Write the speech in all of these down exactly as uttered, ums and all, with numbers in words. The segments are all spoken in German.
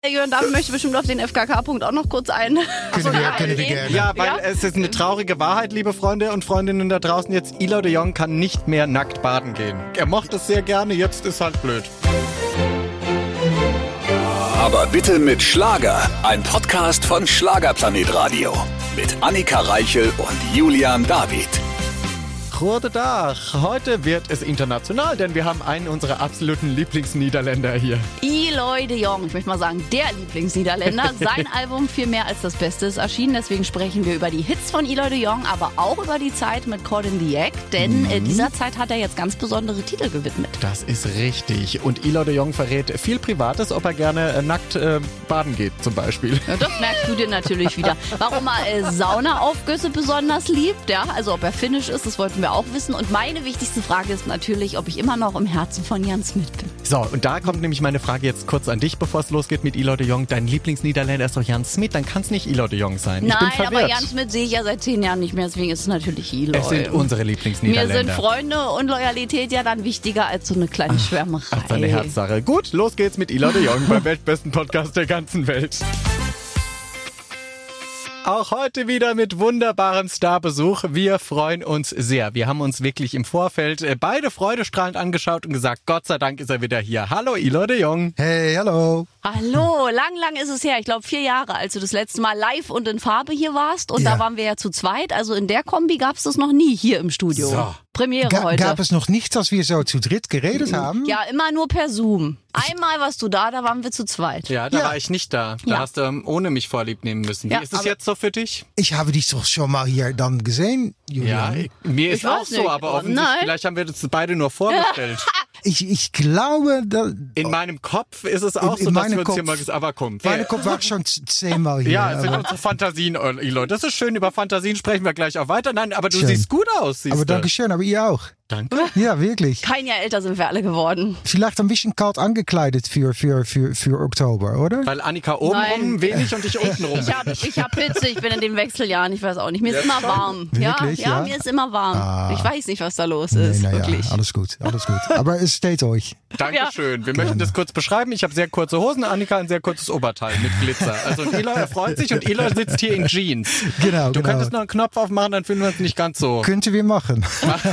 Jörn David möchte bestimmt auf den F K K-Punkt auch noch kurz ein. Können wir, können wir gerne. Ja, weil Ja? es ist eine traurige Wahrheit, liebe Freunde und Freundinnen da draußen. Jetzt, Elo de Jong kann nicht mehr nackt baden gehen. Er mochte es sehr gerne, jetzt ist halt blöd. Aber bitte mit Schlager. Ein Podcast von Schlagerplanet Radio. Mit Annika Reichel und Julian David. Guten Tag. Heute wird es international, denn wir haben einen unserer absoluten Lieblingsniederländer hier. Eloy de Jong, ich möchte mal sagen, der Lieblingsniederländer. Sein Album Viel mehr als das Beste ist erschienen. Deswegen sprechen wir über die Hits von Eloy de Jong, aber auch über die Zeit mit Caught in the Act. Denn mhm. äh, dieser Zeit hat er jetzt ganz besondere Titel gewidmet. Das ist richtig. Und Eloy de Jong verrät viel Privates, ob er gerne äh, nackt äh, baden geht zum Beispiel. Ja, das merkst du dir natürlich wieder. Warum er äh, Saunaaufgüsse besonders liebt, ja, also ob er finnisch ist, das wollten wir auch wissen. Und meine wichtigste Frage ist natürlich, ob ich immer noch im Herzen von Jan Smit bin. So, und da kommt nämlich meine Frage jetzt kurz an dich, bevor es losgeht mit Eloy de Jong. Dein Lieblingsniederländer ist doch Jan Smit, dann kann es nicht Eloy de Jong sein. Ich Nein, bin verwirrt. aber Jan Smit sehe ich ja seit zehn Jahren nicht mehr, deswegen ist es natürlich Eloy. Es sind unsere Lieblingsniederländer. Mir sind Freunde und Loyalität ja dann wichtiger als so eine kleine Ach, Schwärmerei. Ach, so eine Herzsache. Gut, los geht's mit Eloy de Jong beim weltbesten Podcast der ganzen Welt. Auch heute wieder mit wunderbarem Starbesuch. Wir freuen uns sehr. Wir haben uns wirklich im Vorfeld beide freudestrahlend angeschaut und gesagt, Gott sei Dank ist er wieder hier. Hallo Eloy de Jong. Hey, hallo. Hallo, lang, lang ist es her. Ich glaube vier Jahre, als du das letzte Mal live und in Farbe hier warst. Und Ja. da waren wir ja zu zweit. Also in der Kombi gab es das noch nie hier im Studio. So. Premiere Ga heute. gab es noch nicht, dass wir so zu dritt geredet haben? Ja, immer nur per Zoom. Einmal warst du da, da waren wir zu zweit. Ja, da Ja. war ich nicht da. Da Ja. hast du ähm, ohne mich vorlieb nehmen müssen. Wie Ja, ist es aber- jetzt so für dich? Ich habe dich doch schon mal hier dann gesehen, Ja, Julian. ich, mir ist Ich auch weiß so, nicht. aber Oh, offensichtlich, nein. vielleicht haben wir das beide nur vorgestellt. Ich, ich glaube, da, In meinem Kopf ist es auch In- in so, dass meinem wir uns hier Kopf- mal aber komm. meine Kopf war schon z- zehnmal hier. Ja, es sind aber, unsere Fantasien, Eloy. Das ist schön, über Fantasien sprechen wir gleich auch weiter. Nein, aber du Schön. siehst gut aus, siehst aber du. danke schön, aber ihr auch. Danke. Ja, wirklich. Kein Jahr älter sind wir alle geworden. Vielleicht ein bisschen kalt angekleidet für, für, für, für Oktober, oder? Weil Annika obenrum Nein. wenig und ich untenrum. Ich habe ich hab Hitze, ich bin in den Wechseljahren, ich weiß auch nicht. Mir ist immer warm. Wirklich, ja, ja, ja? mir ist immer warm. Ah. Ich weiß nicht, was da los Nee, ist, na ja, wirklich. alles gut, alles gut. Aber es steht euch. Dankeschön. Wir möchten das kurz beschreiben. Ich habe sehr kurze Hosen, Annika ein sehr kurzes Oberteil mit Glitzer. Also und Eloy freut sich und Eloy sitzt hier in Jeans. Genau, Du genau. könntest noch einen Knopf aufmachen, dann fühlen wir uns nicht ganz so. Könnten wir machen.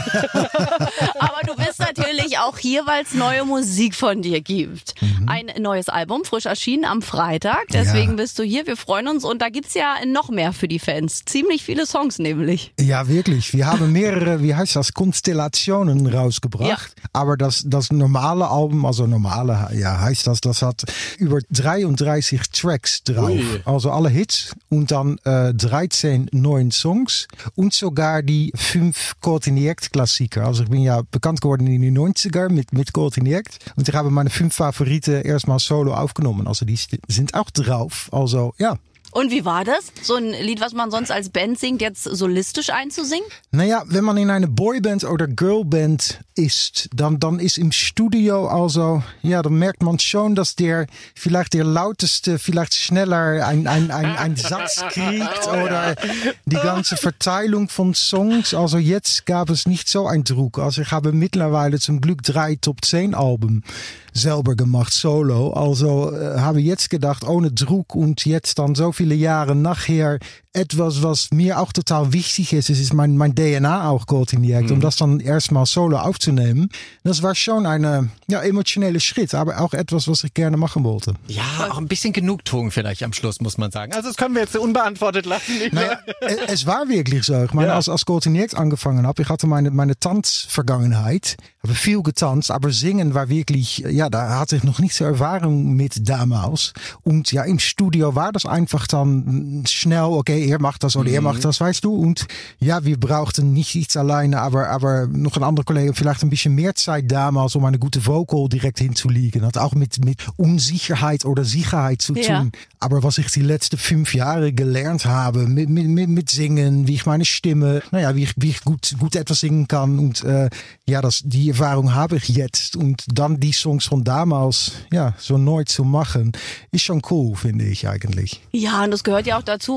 Aber du bist natürlich auch hier, weil es neue Musik von dir gibt. Mhm. Ein neues Album, frisch erschienen am Freitag. Deswegen Ja. bist du hier. Wir freuen uns. Und da gibt's ja noch mehr für die Fans. Ziemlich viele Songs nämlich. Ja, wirklich. Wir haben mehrere, wie heißt das, Konstellationen rausgebracht. Aber das, das normale Album, also normale, ja, heißt das, das hat über dreiunddreißig Tracks drauf. Ui. Also alle Hits und dann äh, dreizehn neuen Songs und sogar die fünf Caught in the Act Klassiker. Also ich bin ja bekannt geworden in die neunziger mit, mit Caught in the Act. Und ich habe meine fünf Favoriten erstmal solo aufgenommen. Also die st- sind auch drauf. Also ja. Und wie war das? So ein Lied, was man sonst als Band singt, jetzt solistisch einzusingen? Naja, wenn man in eine Boyband oder Girlband ist, dann, dann ist im Studio also, ja, dann merkt man schon, dass der vielleicht der lauteste, vielleicht schneller ein, ein, ein, ein Satz kriegt oder die ganze Verteilung von Songs. Also jetzt gab es nicht so einen Druck. Also ich habe mittlerweile zum Glück drei Top zehn Alben selber gemacht, solo. Also äh, habe jetzt gedacht, ohne Druck und jetzt dann so viele Jahre nachher etwas, was mir auch total wichtig ist. Es ist mein, mein D N A auch Caught in the Act, um das dann erstmal solo aufzunehmen. Das war schon eine ja, emotionelle Schritt, aber auch etwas, was ich gerne machen wollte. Ja, auch ein bisschen Genugtuung vielleicht am Schluss, muss man sagen. Also das können wir jetzt unbeantwortet lassen. Naja, es war wirklich so. Ich meine, Ja. als, als Caught in the Act angefangen habe, ich hatte meine, meine Tanzvergangenheit, habe viel getanzt, aber singen war wirklich, ja, da hatte ich noch nicht so Erfahrung mit damals. Und ja, im Studio war das einfach dann schnell, okay, er macht das oder er macht das, weißt du. Und ja, wir brauchten nicht iets alleine, aber, aber noch ein anderer Kollege, vielleicht ein bisschen mehr Zeit damals, um eine gute Vocal direkt hinzulegen. Hat auch mit, mit Unsicherheit oder Sicherheit zu tun. Ja. Aber was ich die letzten fünf Jahre gelernt habe, mit, mit, mit, mit Singen, wie ich meine Stimme, naja, wie ich, wie ich gut, gut etwas singen kann. Und äh, ja, das, die Erfahrung habe ich jetzt. Und dann die Songs von damals, ja, so neu zu machen, ist schon cool, finde ich eigentlich. Ja, und das gehört ja auch dazu, weil es ein Teil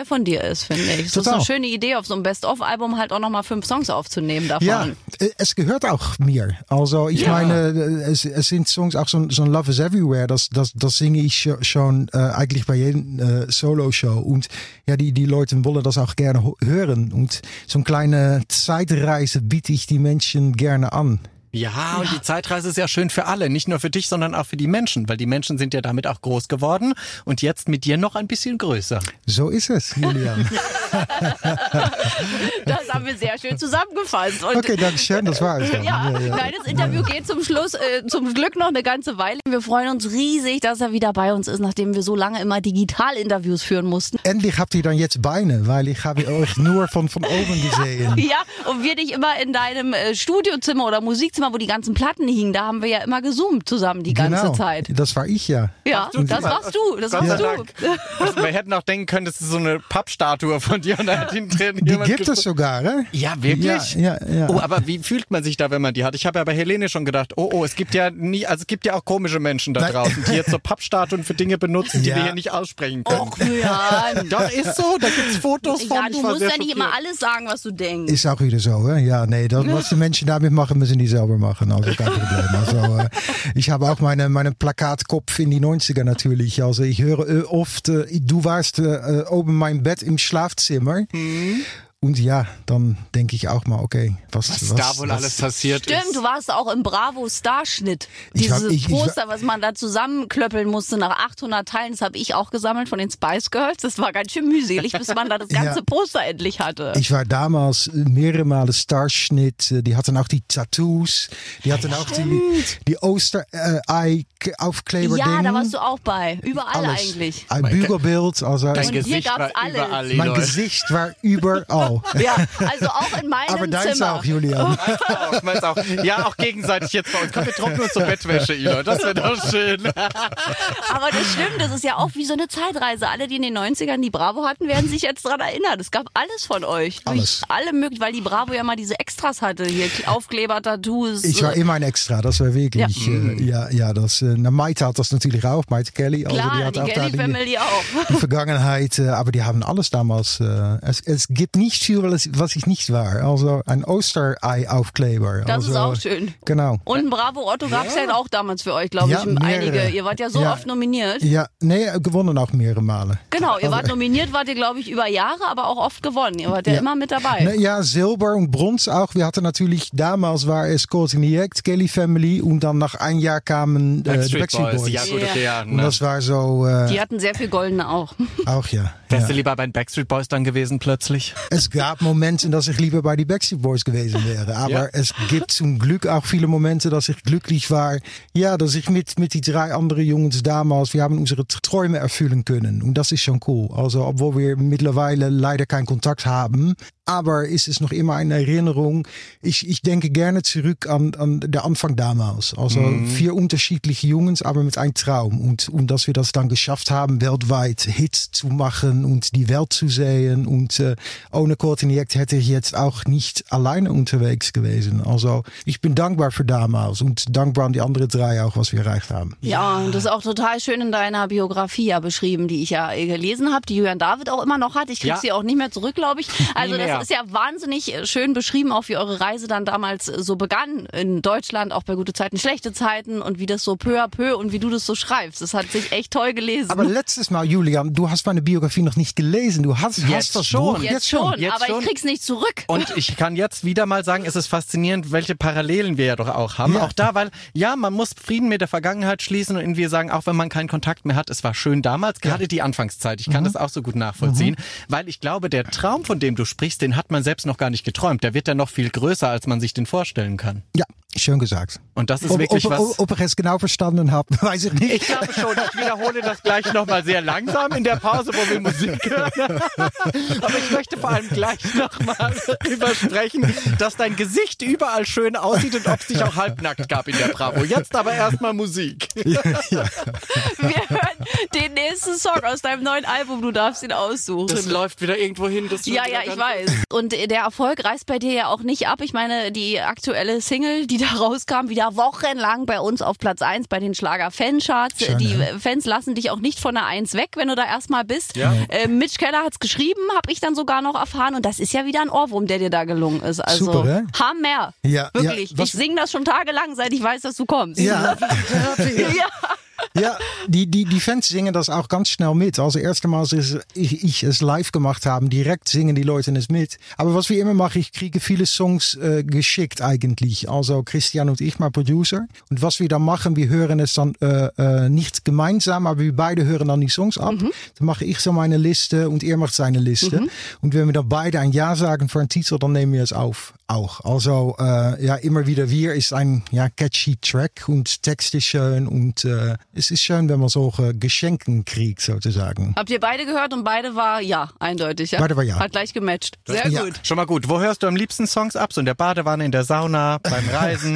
geil von dir ist, finde ich. Das Total. ist eine schöne Idee, auf so einem Best-of-Album halt auch nochmal fünf Songs aufzunehmen davon. Ja, es gehört auch mir. Also ich Ja. meine, es, es sind Songs, auch so, so ein Love is Everywhere, das, das, das singe ich schon äh, eigentlich bei jedem äh, Solo-Show. Und ja, die, die Leute wollen das auch gerne ho- hören. Und so eine kleine Zeitreise biete ich die Menschen gerne an. Ja, und die Zeitreise ist ja schön für alle. Nicht nur für dich, sondern auch für die Menschen. Weil die Menschen sind ja damit auch groß geworden. Und jetzt mit dir noch ein bisschen größer. So ist es, Julian. Das haben wir sehr schön zusammengefasst. Und Okay, danke schön, das war es. dann. Ja, nein, das Interview geht zum Schluss, äh, zum Glück noch eine ganze Weile. Wir freuen uns riesig, dass er wieder bei uns ist, nachdem wir so lange immer Digital-Interviews führen mussten. Endlich habt ihr dann jetzt Beine, weil ich habe euch nur von, von oben gesehen. Ja, und wir dich immer in deinem äh, Studiozimmer oder Musikzimmer, wo die ganzen Platten hingen, da haben wir ja immer gezoomt zusammen die ganze Genau, Zeit. das war ich ja. Ja, du das das? warst du, das Gott warst sei du. Dank. Wir hätten auch denken können, das ist so eine Pappstatue von dir und da hat hinten drin Die jemand gibt gesprochen. es sogar, hè? Ja, wirklich? Ja, ja, ja. Oh, aber wie fühlt man sich da, wenn man die hat? Ich habe ja bei Helene schon gedacht, oh, oh, es gibt ja nie, also es gibt ja auch komische Menschen da Nein. draußen, die jetzt so Pappstatuen für Dinge benutzen, die Ja. wir hier nicht aussprechen können. Och, Julian. Doch, ist so, da gibt's Fotos von. Ja, Ich du war musst sehr ja nicht schockiert. immer alles sagen, was du denkst. Ist auch wieder so, hè? Ja, nee, das, was die Menschen damit machen, müssen die selber machen. Also kein Problem. Also, äh, ich habe auch meine, meine Plakatkopf in die neunziger natürlich. Also ich höre äh, oft, äh, du warst äh, oben mein Bett im Schlafzimmer. Mhm. Und ja, dann denke ich auch mal, okay, was, Was, was da wohl was, alles passiert Stimmt, ist. du warst auch im Bravo-Starschnitt. Ich war- Dieses ich- ich war- Poster, was man da zusammenklöppeln musste nach achthundert Teilen, das habe ich auch gesammelt von den Spice Girls. Das war ganz schön mühselig, bis man da das ganze Ja. Poster endlich hatte. Ich war damals mehrere Male Starschnitt. Die hatten auch die Tattoos. Die hatten auch die, die Osterei-Aufkleber. Ja, da warst du auch bei. Überall Alles. eigentlich. Ein Bügelbild. Also Dein Und hier Gesicht gab's war alles. überall, mein Leute. Gesicht war überall. Ja, also auch in meinem Aber deins Zimmer. auch, Julian. Auch, meins auch. Ja, auch gegenseitig jetzt bei uns. Komm, wir trocknen uns zur Bettwäsche, Ilo. Das wäre doch schön. Aber das stimmt, das ist ja auch wie so eine Zeitreise. Alle, die in den neunzigern die Bravo hatten, werden sich jetzt dran erinnern. Es gab alles von euch. Alles. Alle möglich, weil die Bravo ja mal diese Extras hatte. Hier Aufkleber, Tattoos. Ich war immer ein Extra, das war wirklich, Ja. äh, ja, ja, das, äh, na, Maite hat das natürlich auch, Maite Kelly, also Klar, die hat die auch da Kelly die, Family auch. die Vergangenheit, äh, aber die haben alles damals, äh, es, es gibt nicht viel, was, was ich nicht war, also ein Osterei-Aufkleber. Das also, ist auch schön. Genau. Und ein Bravo-Otto gab es ja auch damals für euch, glaube Ja, ich, mehrere. einige. Ihr wart ja so Ja. oft nominiert. Ja, nee, gewonnen auch mehrere Male. Genau, ihr Also, wart nominiert, wart ihr, glaube ich, über Jahre, aber auch oft gewonnen. Ihr wart ja, Ja. immer mit dabei. Ne, ja, Silber und Bronze auch. Wir hatten natürlich, damals war es Caught in the Act, Kelly Family und dann nach ein Jahr kamen äh, die Backstreet Backstreet Boys. Ja, gut, Ja. okay, ja. Und Ne? das war so, äh, Die hatten sehr viel Goldene auch. auch ja. Wärst ja. du lieber bei den Backstreet Boys dann gewesen plötzlich? Es gab Momente, dass ich lieber bei die Backstreet Boys gewesen wäre. Aber Ja. es gibt zum Glück auch viele Momente, dass ich glücklich war. Ja, dass ich mit, mit die drei anderen Jungs damals, wir haben unsere Träume erfüllen können. Und das ist schon cool. Also, obwohl wir mittlerweile leider keinen Kontakt haben. Aber ist es noch immer eine Erinnerung. Ich, ich denke gerne zurück an, an der Anfang damals. Also Mhm. vier unterschiedliche Jungs, aber mit einem Traum. Und, und dass wir das dann geschafft haben, weltweit Hits zu machen und die Welt zu sehen. Und äh, ohne Caught in the Act hätte ich jetzt auch nicht alleine unterwegs gewesen. Also ich bin dankbar für damals und dankbar an die anderen drei auch, was wir erreicht haben. Ja, und das ist auch total schön in deiner Biografie ja beschrieben, die ich ja gelesen habe, die Julian David auch immer noch hat. Ich krieg Ja. sie auch nicht mehr zurück, glaube ich. Also mehr. das ist ja wahnsinnig schön beschrieben, auch wie eure Reise dann damals so begann in Deutschland, auch bei gute Zeiten, schlechte Zeiten und wie das so peu à peu und wie du das so schreibst. Das hat sich echt toll gelesen. Aber letztes Mal, Julian, du hast meine Biografie noch nicht gelesen. Du hast, Jetzt hast das schon. Buch jetzt schon, jetzt aber schon. ich krieg's nicht zurück. Und ich kann jetzt wieder mal sagen, es ist faszinierend, welche Parallelen wir ja doch auch haben. Ja. Auch da, weil, ja, man muss Frieden mit der Vergangenheit schließen und irgendwie sagen, auch wenn man keinen Kontakt mehr hat, es war schön damals, gerade die Anfangszeit. Ich kann das auch so gut nachvollziehen, weil ich glaube, der Traum, von dem du sprichst, den hat man selbst noch gar nicht geträumt. Der wird ja noch viel größer, als man sich den vorstellen kann. Ja, schön gesagt. Und das ist Ob, wirklich ob, was... ob, ob ich es genau verstanden habe, weiß ich nicht. Ich glaube schon, ich wiederhole das gleich nochmal sehr langsam in der Pause, wo wir Musik hören. Aber ich möchte vor allem gleich nochmal übersprechen, dass dein Gesicht überall schön aussieht und ob es dich auch halbnackt gab in der Bravo. Jetzt aber erstmal Musik. Ja, ja. Wir hören den nächsten ist ein Song aus deinem neuen Album, du darfst ihn aussuchen. Das läuft wieder irgendwo hin. Das Ja, ja, ich weiß. Und der Erfolg reißt bei dir ja auch nicht ab. Ich meine, die aktuelle Single, die da rauskam, wieder wochenlang bei uns auf Platz eins bei den Schlager-Fancharts. Die ja. Fans lassen dich auch nicht von der eins weg, wenn du da erstmal bist. Ja. Äh, Mitch Keller hat's geschrieben, habe ich dann sogar noch erfahren. Und das ist ja wieder ein Ohrwurm, der dir da gelungen ist. Also Super, ne? Hammer. Ja, Wirklich. ja, was- ich singe das schon tagelang, seit ich weiß, dass du kommst. Ja. ja. Ja, die, die, die Fans singen das auch ganz schnell mit. Also erst einmal, als ich, ich es live gemacht habe, direkt singen die Leute es mit. Aber was wir immer machen, ich kriege viele Songs äh, geschickt eigentlich. Also Christian und ich, mein Producer. Und was wir dann machen, wir hören es dann äh, äh, nicht gemeinsam, aber wir beide hören dann die Songs ab. Mhm. Dann mache ich so meine Liste und er macht seine Liste. Mhm. Und wenn wir dann beide ein Ja sagen für einen Titel, dann nehmen wir es auf. Auch. Also äh, ja, immer wieder wir ist ein ja, catchy Track und Text ist schön und äh, es ist schön, wenn man solche Geschenken kriegt, sozusagen. Habt ihr beide gehört und beide war ja, eindeutig. Ja? Beide war ja. Hat gleich gematcht. Sehr Ja. gut. Schon mal gut. Wo hörst du am liebsten Songs ab? So in der Badewanne, in der Sauna, beim Reisen?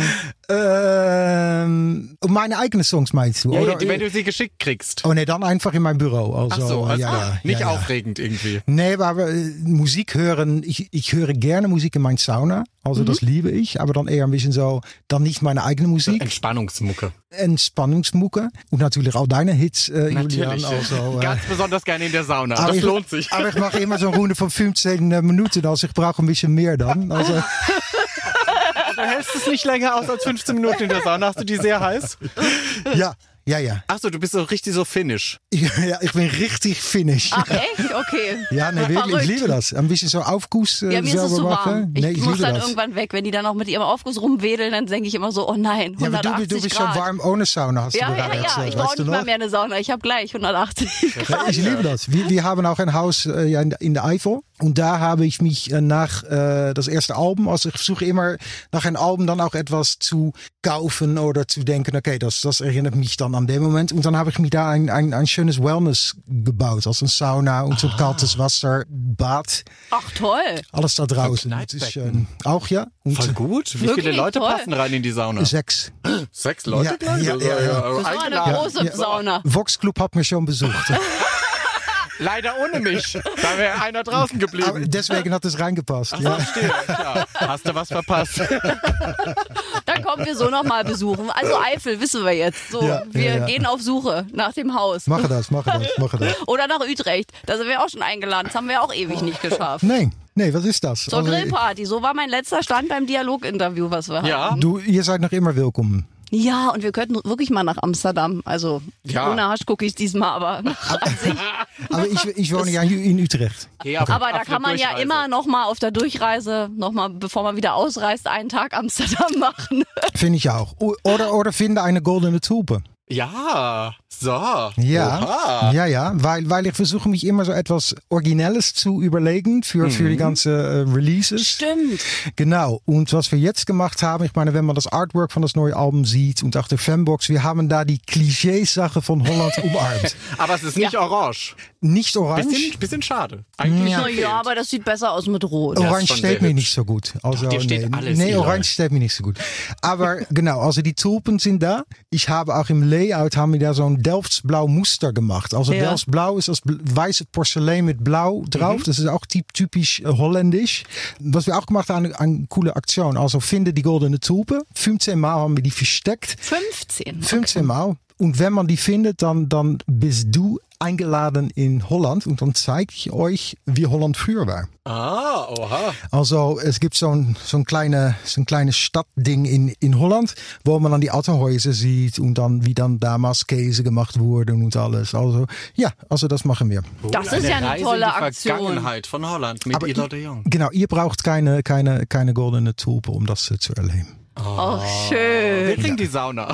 Ähm, meine eigenen Songs meinst du? ja, oder? ja, wenn du sie geschickt kriegst. Oh nee, dann einfach in mein Büro. Also, Ach so, also ja, ja, nicht ja, ja. aufregend irgendwie. Nee, aber äh, Musik hören, ich, ich höre gerne Musik in mein Sauna. Also das liebe ich, aber dann eher ein bisschen so, dann nicht meine eigene Musik. Entspannungsmucke. Entspannungsmucke. Und natürlich all deine Hits, äh, Julian. Natürlich. Also, äh, Ganz besonders gerne in der Sauna. aber Das ich, lohnt sich. Aber ich mache immer so eine Runde von fünfzehn Minuten, also ich brauche ein bisschen mehr dann. Also, Du hältst es nicht länger aus als fünfzehn Minuten in der Sauna. Hast du die sehr heiß? ja, ja, ja. Ach so, du bist so richtig so finnisch. Ich, ja, ich bin richtig finnisch. Ach echt? Okay. Ja, nee, wirklich, Verrückt. ich liebe das. Ein bisschen so Aufguss äh, Ja, mir ist es selber zu warm. machen. Ich Nee, ich muss liebe dann das. irgendwann weg. Wenn die dann noch mit ihrem Aufguss rumwedeln, dann denke ich immer so, oh nein, Ja, aber hundertachtzig du, du bist Grad. schon warm ohne Sauna, hast Ja, du ja, gerade ja, erzählt. ich weißt brauche du nicht noch? mal mehr eine Sauna. Ich habe gleich hundertachtzig Ja, Grad. ich liebe das. Wir, wir haben auch ein Haus äh, ja, in, in der Eifel. Und da habe ich mich äh, nach äh, das erste Album, also ich versuche immer nach einem Album dann auch etwas zu kaufen oder zu denken, okay, das, das erinnert mich dann an den Moment. Und dann habe ich mir da ein, ein, ein schönes Wellness gebaut, als ein Sauna und so kaltes Wasser, Bad, Ach toll. alles da draußen. Das ist schön. Auch ja. Und Voll gut. Wie Wirklich viele Leute toll. passen rein in die Sauna? sechs. Sechs Leute Ja, gleich? ja, Also, ja, ja. also Das war eine eingeladen. große Ja. Sauna. Vox Club hat mich schon besucht. Leider ohne mich. Da wäre einer draußen Aber geblieben. deswegen hat es reingepasst. Ja. Verstehe, klar. Hast du was verpasst? Dann kommen wir so nochmal besuchen. Also Eifel, wissen wir jetzt. So, Ja, wir ja, ja. gehen auf Suche nach dem Haus. Mache das, mache das, mache das. Oder nach Utrecht. Da sind wir auch schon eingeladen. Das haben wir auch ewig nicht geschafft. Nee, nee, was ist das? Zur Also, Grillparty. So war mein letzter Stand beim Dialoginterview, was wir hatten. Ja. Du, ihr seid noch immer willkommen. Ja, und wir könnten wirklich mal nach Amsterdam. Also Ja. ohne Haschcookies diesmal, aber an sich. Aber ich, ich wohne ja in Utrecht. Okay, auf- Aber da auf kann eine man ja Durchreise. immer noch mal auf der Durchreise, noch mal, bevor man wieder ausreist, einen Tag Amsterdam machen. Finde ich auch. O- Oder, oder finde eine goldene Tulpe. Ja, so. Ja, Oha. ja, ja, weil, weil ich versuche mich immer so etwas Originelles zu überlegen für, für die ganze äh, Releases. Stimmt. Genau. Und was wir jetzt gemacht haben, ich meine, wenn man das Artwork von das neue Album sieht und auch der Fanbox, wir haben da die Klischeesache von Holland umarmt. Aber es ist nicht Ja. orange. Nicht orange. Bisschen, bisschen schade. Eigentlich Ja. Na okay. ja, aber das sieht besser aus mit Rot. Ja, ist Orange schon steht sehr mir hübsch. nicht so gut. Also, dir steht nee, alles, nee, Eli. Orange steht mir nicht so gut. Aber genau, also die Tulpen sind da. Ich habe auch im Layout haben wir da so ein Delftsblau Muster gemacht. Also Ja. Delftsblau ist das bl- weiße Porselein mit Blau drauf. Das ist auch typ- typisch äh, holländisch. Was wir auch gemacht haben, eine, eine coole Aktion. Also finde die goldene Tulpe. fünfzehn Mal haben wir die versteckt. fünfzehn. fünfzehn Mal. Und wenn man die findet, dann, dann bist du eingeladen in Holland. Und dann zeige ich euch, wie Holland früher war. Ah, oha. Also es gibt so ein, so ein, kleine, so ein kleines Stadtding in, in Holland, wo man dann die alten Häuser sieht und dann wie dann damals Käse gemacht wurde und alles. Also ja, also das machen wir. Das ist ja eine Reise tolle in die Aktion. Vergangenheit von Holland mit Aber Ila ihr- de Jong. Genau, ihr braucht keine, keine, keine goldene Tulpe, um das äh, zu erleben. Oh, schön. Wir kriegen die Sauna.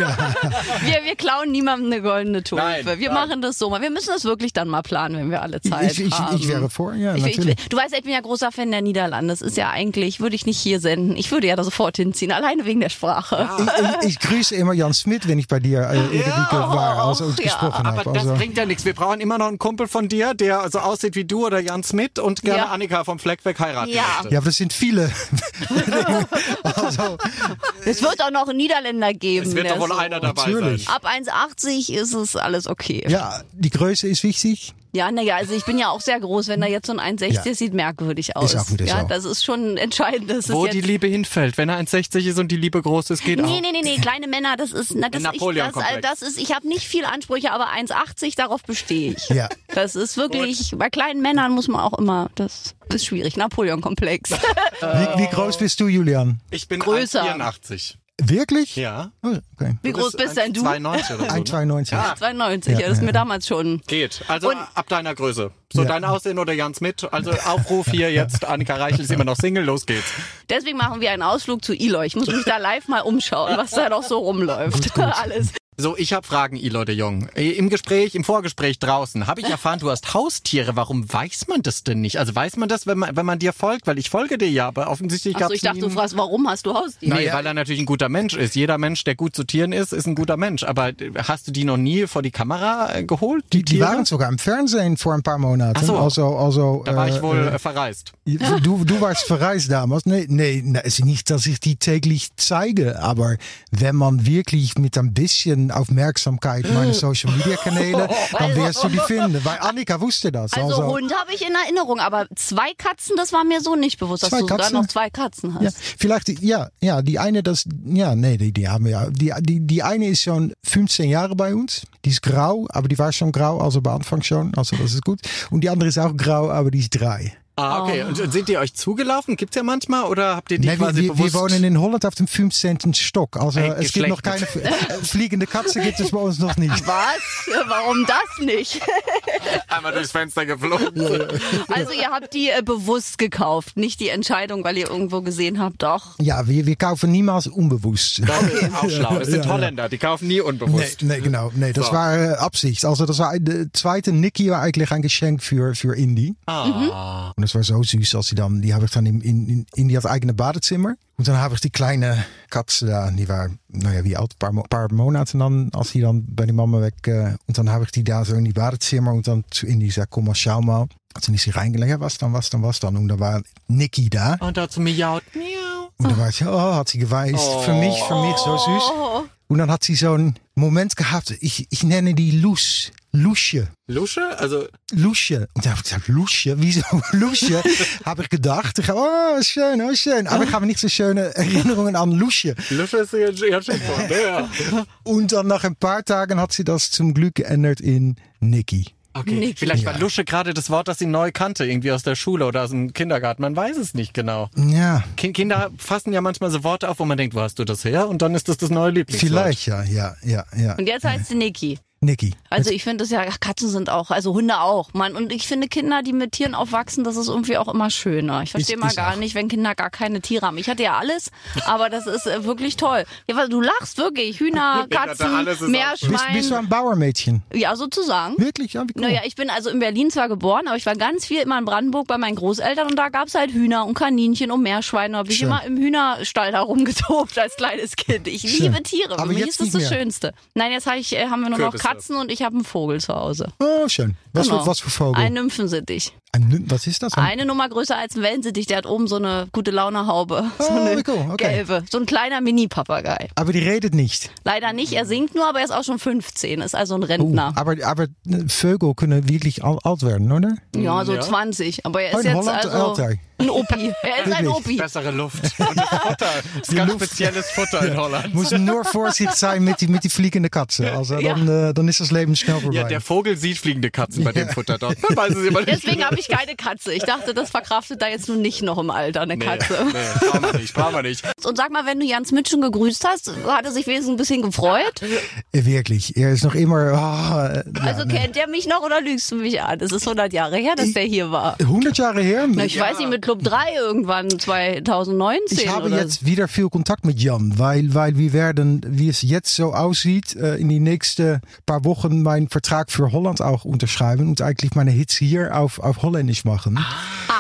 Wir, wir klauen niemandem eine goldene Tulpe. Nein, wir nein. machen das so mal. Wir müssen das wirklich dann mal planen, wenn wir alle Zeit Ich, ich, haben. ich wäre vor, ja, Ich, natürlich. ich, du weißt, ich bin ja großer Fan der Niederlande. Das ist ja eigentlich, würde ich nicht hier senden. Ich würde ja da sofort hinziehen, alleine wegen der Sprache. ich, ich, ich grüße immer Jan Smit, wenn ich bei dir äh, irgendwie war, also und ja, gesprochen Aber habe. das Also, bringt ja nichts. Wir brauchen immer noch einen Kumpel von dir, der so aussieht wie du oder Jan Smit und gerne Ja. Annika vom Fleck weg heiraten Ja. möchte. ja, aber das sind viele. also, Es wird auch noch einen Niederländer geben. Es wird doch wohl so. einer dabei Natürlich. sein. Ab eins achtzig ist es alles okay. Ja, die Größe ist wichtig. Ja, naja, also ich bin ja auch sehr groß. Wenn da jetzt so ein eins sechzig Ja. sieht merkwürdig aus. Ist auch wieder ja, so. das ist schon entscheidend. Das Wo ist die jetzt Liebe hinfällt. Wenn er eins sechzig ist und die Liebe groß ist, geht Nee, auch. nee, nee, nee, kleine Männer, das ist, na, das, ich, das, Napoleon-Komplex. das ist, ich habe nicht viel Ansprüche, aber eins achtzig, darauf bestehe ich. Ja. Das ist wirklich, bei kleinen Männern muss man auch immer, das ist schwierig, Napoleon-Komplex. Wie, wie groß bist du, Julian? Ich bin Größer. eins vierundachtzig. Wirklich? Ja. Oh, okay. Wie groß bist denn du? eins zweiundneunzig oder so. Ne? eins Komma zweiundneunzig. zweiundneunzig, ja, Ja, das ist ja. mir damals schon. Geht. Also Und- ab deiner Größe. So Ja. dein Aussehen oder Jan Smith. Also Aufruf hier jetzt. Annika Reichel ist immer noch Single. Los geht's. Deswegen machen wir einen Ausflug zu Eloy. Ich muss mich da live mal umschauen, was da noch so rumläuft. Alles. So, ich habe Fragen, Eloy de Jong. Im Gespräch, im Vorgespräch draußen habe ich erfahren, du hast Haustiere. Warum weiß man das denn nicht? Also weiß man das, wenn man, wenn man dir folgt? Weil ich folge dir ja, aber offensichtlich Achso, gab's ich dachte, nie du fragst, warum hast du Haustiere? Nee, weil er natürlich ein guter Mensch ist. Jeder Mensch, der gut zu Tieren ist, ist ein guter Mensch. Aber hast du die noch nie vor die Kamera äh, geholt? Die, die Tiere? waren sogar im Fernsehen vor ein paar Monaten. Ach so. Also, also, Da war äh, ich wohl äh, äh, verreist. Du, du warst verreist damals. Nee, nee, nee, es ist nicht, dass ich die täglich zeige, aber wenn man wirklich mit ein bisschen Aufmerksamkeit meine Social Media Kanäle, dann wirst du die finden. Weil Annika wusste das. Also, Hund habe ich in Erinnerung, aber zwei Katzen, das war mir so nicht bewusst, dass Zwei du sogar Katzen? noch zwei Katzen hast. Ja, vielleicht, ja, ja, die eine, das, ja, nee, die, die haben wir ja. Die, die, die eine ist schon fünfzehn Jahre bei uns. Die ist grau, aber die war schon grau, also bei Anfang schon. Also das ist gut. Und die andere ist auch grau, aber die ist drei. Ah, okay. Und, und sind die euch zugelaufen? Gibt's ja manchmal oder habt ihr die Nee, wir, quasi wir, bewusst? wir wohnen in Holland auf dem fünfzehnten Stock. Also Hey, es gibt noch keine äh, fliegende Katze gibt es bei uns noch nicht. Was? Warum das nicht? einmal durchs Fenster geflogen. Also ihr habt die äh, bewusst gekauft, nicht die Entscheidung, weil ihr irgendwo gesehen habt, doch. Ja, wir, wir kaufen niemals unbewusst. Das ist auch schlau. Es sind Ja, ja. Holländer, die kaufen nie Nee, unbewusst. nee, genau. Nee, das So. war äh, Absicht. Also das war de zweite Nicky war eigentlich ein Geschenk für, für Indy. Ah. Und das war so süß, als sie dann, die habe ich dann in, in, in Indy hat eigene Badezimmer. Und dann habe ich die kleine Katze da, die war, naja, wie alt, ein paar, Mo paar Monate dann, als die dann bei die Mama weg. Äh, und dann habe ich die da so in die Badezimmer und dann zu Indy gesagt, komm mal, schau mal. Und dann ist sie reingelegt, ja, was dann, was dann, was dann. Und da war Nicky da. Und dazu miaut. Miau. Und dann war ich, oh, hat sie geweint. Für mich, für mich so süß. Oh. Und dann hat sie so einen Moment gehabt, ich, ich nenne die Lus. Lusje. Lusche? Also, Lusje. Und dann habe ich gesagt, Lusje? Wieso Lusje? Habe ich gedacht. Ich, oh, schön, oh, schön. Aber ich habe nicht so schöne Erinnerungen an Lusje. Lusche ist ja ja schon von, ja. Und dann nach ein paar Tagen hat sie das zum Glück geändert in Nicky. Okay, Niki. vielleicht war Ja. Lusche gerade das Wort, das sie neu kannte, irgendwie aus der Schule oder aus dem Kindergarten. Man weiß es nicht genau. Ja, Ki- Kinder fassen ja manchmal so Worte auf, wo man denkt, wo hast du das her? Und dann ist das das neue Lieblingswort. vielleicht, ja, ja, ja, ja. Und jetzt heißt sie Niki. Nicky. Also ich finde das ja, ach, Katzen sind auch, also Hunde auch, Mann. Und ich finde Kinder, die mit Tieren aufwachsen, das ist irgendwie auch immer schöner. Ich verstehe Ist- mal ist gar auch. nicht, wenn Kinder gar keine Tiere haben. Ich hatte ja alles, aber das ist äh, wirklich toll. Ja, weil du lachst wirklich. Hühner, Ich hatte Katzen, alles, ist auch Meerschwein. Bist, bist du ein Bauermädchen? Ja, sozusagen. Wirklich? Ja, wie cool. Naja, ich bin also in Berlin zwar geboren, aber ich war ganz viel immer in Brandenburg bei meinen Großeltern und da gab's halt Hühner und Kaninchen und Meerschweine. Da habe ich Schön. immer im Hühnerstall da rumgetobt als kleines Kind. Ich Schön. liebe Tiere. Für Aber mich jetzt ist das nicht das mehr. Schönste. Nein, jetzt hab ich, äh, haben wir nur noch Kürbisse. Katzen und ich habe einen Vogel zu Hause. Oh, schön. Was, Genau. für, was für Vogel? Ein Nymphensittich. Ein Nü- was ist das? Ein, Eine Nummer größer als ein Wellensittich. Der hat oben so eine gute Laune-Haube. So Oh, eine wie cool, okay. gelbe. So ein kleiner Mini-Papagei. aber die redet nicht. Leider nicht. Er singt nur, aber er ist auch schon fünfzehn. Ist also ein Oh, Rentner. aber, aber äh, Vögel können wirklich al- alt werden, oder? Ja, so Ja. zwanzig. Aber er Oh, ist in jetzt Holland also älter. ein Opi. Er ist ein Wirklich? Opi. Bessere Luft. Und das Futter. Das ist ganz spezielles Futter in Holland. Muss nur vorsichtig sein mit die, mit die fliegende Katze. Also Ja. dann, äh, dann ist das Leben schnell vorbei. Ja, der Vogel sieht fliegende Katzen bei dem Futter dort. Man weiß es immer nicht. Deswegen habe ich keine Katze. Ich dachte, das verkraftet da jetzt nun nicht noch im Alter eine Nee, Katze. nee, brauchen wir nicht, brauchen wir nicht. Und sag mal, wenn du Jan Smith schon gegrüßt hast, hat er sich wenigstens ein bisschen gefreut? Äh, Wirklich. Er ist noch immer. ah, äh, ja, Also nee. kennt er mich noch oder lügst du mich an? Es ist hundert Jahre her, dass der hier war. hundert Jahre her? Na, ich weiß nicht, mit Club drei irgendwann zweitausendneunzehn Ich habe oder jetzt wieder viel Kontakt mit Jan, weil, weil wir werden, wie es jetzt so aussieht, äh, in die nächsten paar Wochen meinen Vertrag für Holland auch unterschreiben und eigentlich meine Hits hier auf, auf Holländisch machen. Ach,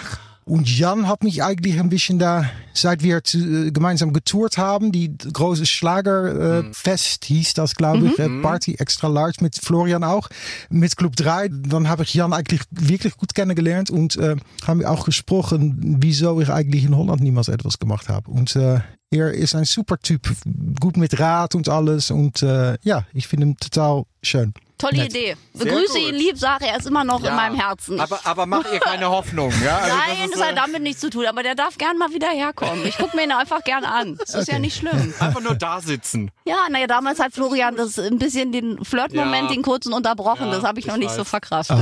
Und Jan hat mich eigentlich ein bisschen da, seit wir zu, äh, gemeinsam getourt haben, die große Schlagerfest äh, hieß das, glaube ich, mhm. äh, Party Extra Large mit Florian auch, mit Club drei. Dann habe ich Jan eigentlich wirklich gut kennengelernt und äh, haben wir auch gesprochen, wieso ich eigentlich in Holland niemals etwas gemacht habe. Und äh, er ist ein super Typ, gut mit Rat und alles und äh, ja, ich finde ihn total schön. Tolle Nett. Idee. Begrüße ihn lieb, sage er ist immer noch Ja, in meinem Herzen. Aber, aber mach ihr keine Hoffnung. Ja? Also Nein, das, das, ist, hat damit nichts zu tun, aber der darf gern mal wieder herkommen. Ich gucke mir ihn einfach gern an. Das ist Okay. ja nicht schlimm. einfach nur da sitzen. Ja, naja, damals hat Florian das ein bisschen den Flirtmoment, Ja. den kurzen unterbrochen. Ja, das habe ich noch ich nicht so weiß. verkraftet.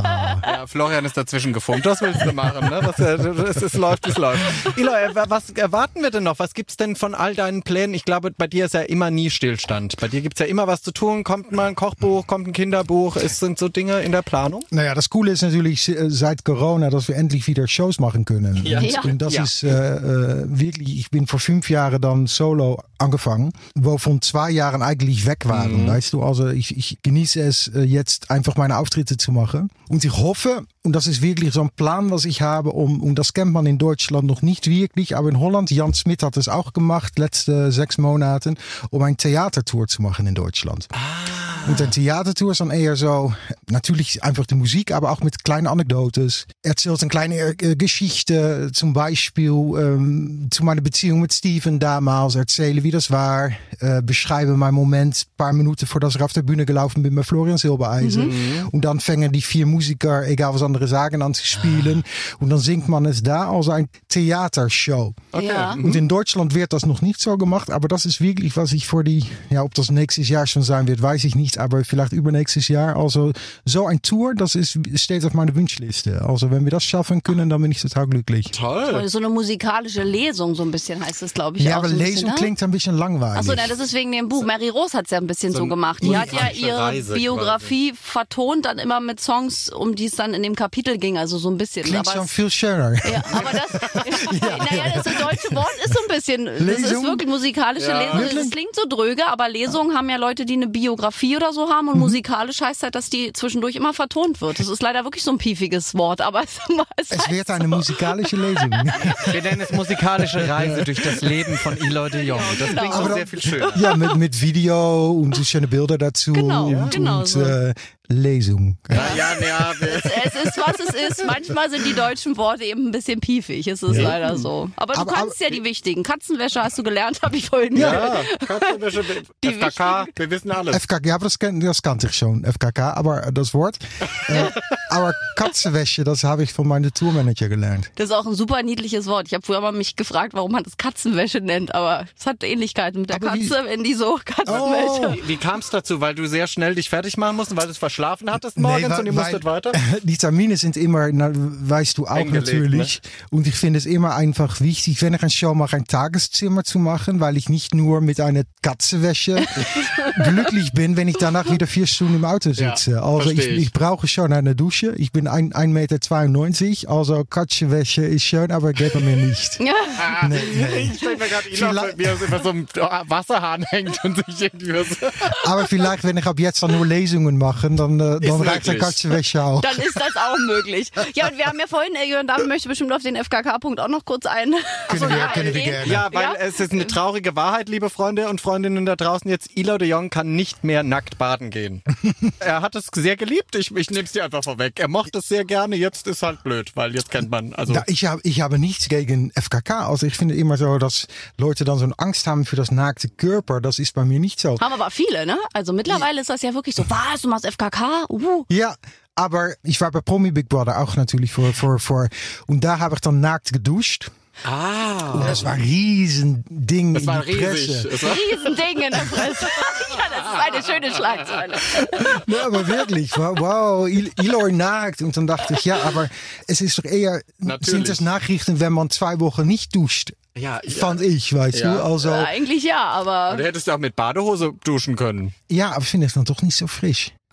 Ja, Florian ist dazwischen gefunkt. Das willst du machen, ne? Das, es, es läuft, es läuft. Eloy, was erwarten wir denn noch? Was gibt's denn von all deinen Plänen? Ich glaube, bei dir ist ja immer nie Stillstand. Bei dir gibt's ja immer was zu tun. Kommt mal ein Kochbuch, kommt ein Kinderbuch. Es sind so Dinge in der Planung. Naja, das Coole ist natürlich äh, seit Corona, dass wir endlich wieder Shows machen können. Ja. Und, Ja. und das Ja. ist äh, äh, wirklich, ich bin vor fünf Jahren dann solo angefangen, wovon zwei Jahren eigentlich weg waren. Mhm. Weißt du, also ich, ich genieße es äh, jetzt einfach meine Auftritte zu machen. Und ich hoffe, und das ist wirklich so ein Plan, was ich habe, um, und das kennt man in Deutschland noch nicht wirklich, aber in Holland, Jan Smit hat es auch gemacht, letzte sechs Monaten, um ein Theatertour zu machen in Deutschland. Und ein Theatertour ist dann eher so, natürlich einfach die Musik, aber auch mit kleinen Anekdotes. Erzählt eine kleine äh, Geschichte, zum Beispiel ähm, zu meiner Beziehung mit Steven damals, erzählen, wie das war, äh, beschreibe meinen Moment, ein paar Minuten vor dass ich auf der Bühne gelaufen bin mit Florian Silbereisen. Mhm. Und dann fangen die vier Musiker, egal was andere sagen, an zu spielen. Und dann singt man es da als ein Theatershow. Okay. Ja. Und in Deutschland wird das noch nicht so gemacht, aber das ist wirklich, was ich für die, ja, ob das nächstes Jahr schon sein wird, weiß ich nicht, aber vielleicht übernächstes Jahr. Also so ein Tour, das ist, steht auf meiner Wunschliste. Also wenn wir das schaffen können, dann bin ich total glücklich. Toll. So eine musikalische Lesung, so ein bisschen heißt es, glaube ich. Ja, auch aber so ein Lesung bisschen, ne? klingt ein bisschen langweilig. Achso, na, das ist wegen dem Buch. Mary Rose hat es ja ein bisschen so, So ein gemacht. Die hat ja musikalische ihre Reise Biografie vertont, dann immer mit Songs, um die es dann in dem Kapitel ging, also so ein bisschen. Klingt aber schon es- viel schöner. Ja, aber das, naja, das deutsche Wort ist so ein bisschen, das ist Lesung? wirklich musikalische Ja. Lesung. Wirklich? Es klingt so dröge, aber Lesungen haben ja Leute, die eine Biografie oder so haben und musikalisch heißt halt, dass die zwischendurch immer vertont wird. Das ist leider wirklich so ein piefiges Wort, aber es, es, Es heißt wird eine so. musikalische Lesung. Wir nennen es musikalische Reise durch das Leben von Eloy de Jong. Das klingt genau. schon sehr viel schöner. Ja, mit, mit Video und so schöne Bilder dazu. Genau, und, genau und so. äh, Lesung. Ja, ja, ja. wir- Es ist, was es ist. Manchmal sind die deutschen Worte eben ein bisschen piefig. Es ist Ja. leider so. Aber du Aber- kannst ja die wichtigen. Katzenwäsche hast du gelernt, habe ich vorhin Ja. gehört. Ja, Katzenwäsche, F K K, wir wissen alles. F K K, ja, aber das, kan, das kannte ich schon, F K K, aber das Wort. äh, aber Katzenwäsche, das habe ich von meinem Tourmanager gelernt. Das ist auch ein super niedliches Wort. Ich habe früher mal mich gefragt, warum man das Katzenwäsche nennt, aber es hat Ähnlichkeiten mit der Aber wie- Katze, wenn die so Katzenwäsche. Wie, wie kam es dazu? Weil du sehr schnell dich fertig machen musst, weil du es verschlafen hattest morgens wa- und ihr musstet weiter? Die Termine sind immer, na, weißt du auch Eingelegt, natürlich. Und ich finde es immer einfach wichtig, wenn ich eine Show mache, ein Tageszimmer zu machen, weil ich nicht nur mit einer Katzenwäsche glücklich bin, wenn ich danach wieder vier Stunden im Auto sitze. Ja, also ich, verstehe ich. ich brauche schon eine Dusche. Ich bin ein, ein Meter zweiundneunzig, also Katzenwäsche ist schön, aber geht bei mir nicht. Ja. Nee, nee. Ich stelle mir gerade Eloy, Vielleicht- wie er über so einem Wasserhahn hängt und sich irgendwie so. Aber vielleicht, wenn ich ab jetzt dann nur Lesungen mache, dann, äh, dann reicht der möglich. Katzenwäsche auch. Dann ist das auch möglich. Ja, und wir haben ja vorhin, äh, Jörn Dahmen möchte bestimmt auf den F K K-Punkt auch noch kurz ein. Können wir- ja, können wir eingehen. gerne. Ja, weil Ja? es ist eine traurige Wahrheit, liebe Freunde und Freundinnen da draußen. Jetzt, Eloy de Jong kann nicht mehr nackt baden gehen. Er hat es sehr geliebt. Ich, ich nehme es dir einfach vorweg. Er mochte es sehr gerne. Jetzt ist halt blöd, weil jetzt kennt man, also. Ja, ich, habe, ich habe nichts gegen F K K. Also ich finde immer so, dass Leute dann so eine Angst haben für das nackte Körper. Das ist bei mir nicht so. Haben aber viele, ne? Also mittlerweile ist das ja wirklich so, was, du machst F K K? Uh. Ja, aber ich war bei Promi Big Brother auch natürlich vor, vor, vor. Und da habe ich dann nackt geduscht. Ah. Und das war ein Riesending Das in war die riesig. Presse. Es war Riesending in der Fresse. Ja, das ist eine schöne Schlagzeile. Ja, aber wirklich, wow, wow, Il- Eloy nackt. Und dann dachte ich, ja, aber es ist doch eher, Natürlich. sind es Nachrichten, wenn man zwei Wochen nicht duscht. Ja, ja. Fand ich, weißt Ja. du. Also, Äh, Eigentlich ja, aber Du hättest ja auch mit Badehose duschen können. ja, aber ich finde es dann doch nicht so frisch.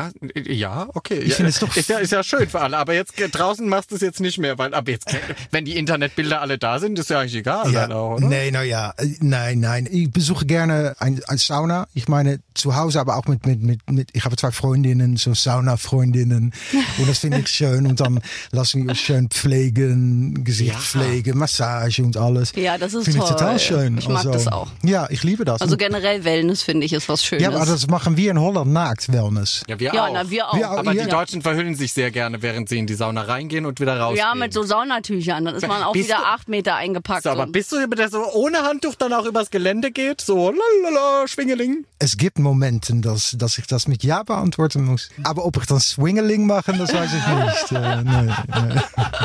Ah, ja, okay. Ich ja, finde es doch ist ja, ist ja schön für alle, aber jetzt draußen machst du es jetzt nicht mehr, weil ab jetzt, wenn die Internetbilder alle da sind, ist ja eigentlich egal. Ja, dann auch, oder? nee, nou ja, nein, nein. Ich besuche gerne ein, ein Sauna. Ich meine, zu Hause, aber auch mit, mit, mit, mit ich habe zwei Freundinnen, so Sauna-Freundinnen. Und das finde ich schön. Und dann lassen wir uns schön pflegen, Gesicht Ja. pflegen, Massage und alles. Ja, das ist Finde ich toll. total schön. Ich mag das auch. Ja, ich liebe das. Also generell Wellness, finde ich, ist was Schönes. ja, aber das machen wir in Holland nackt, Wellness. Ja, wir ja, auch. na, wir auch. Wir auch, aber ja. die Deutschen verhüllen sich sehr gerne, während sie in die Sauna reingehen und wieder rausgehen. Ja, mit so Saunatüchern. Dann ist man auch Bist wieder du- acht Meter eingepackt. So, aber und- bist du jemand, der so ohne Handtuch dann auch übers Gelände geht? So, lalala, Schwingeling. Es gibt Momenten, dass, dass ich das mit Ja beantworten muss. Aber ob ich dann Swingeling mache, das weiß ich nicht. Äh, nee, nee.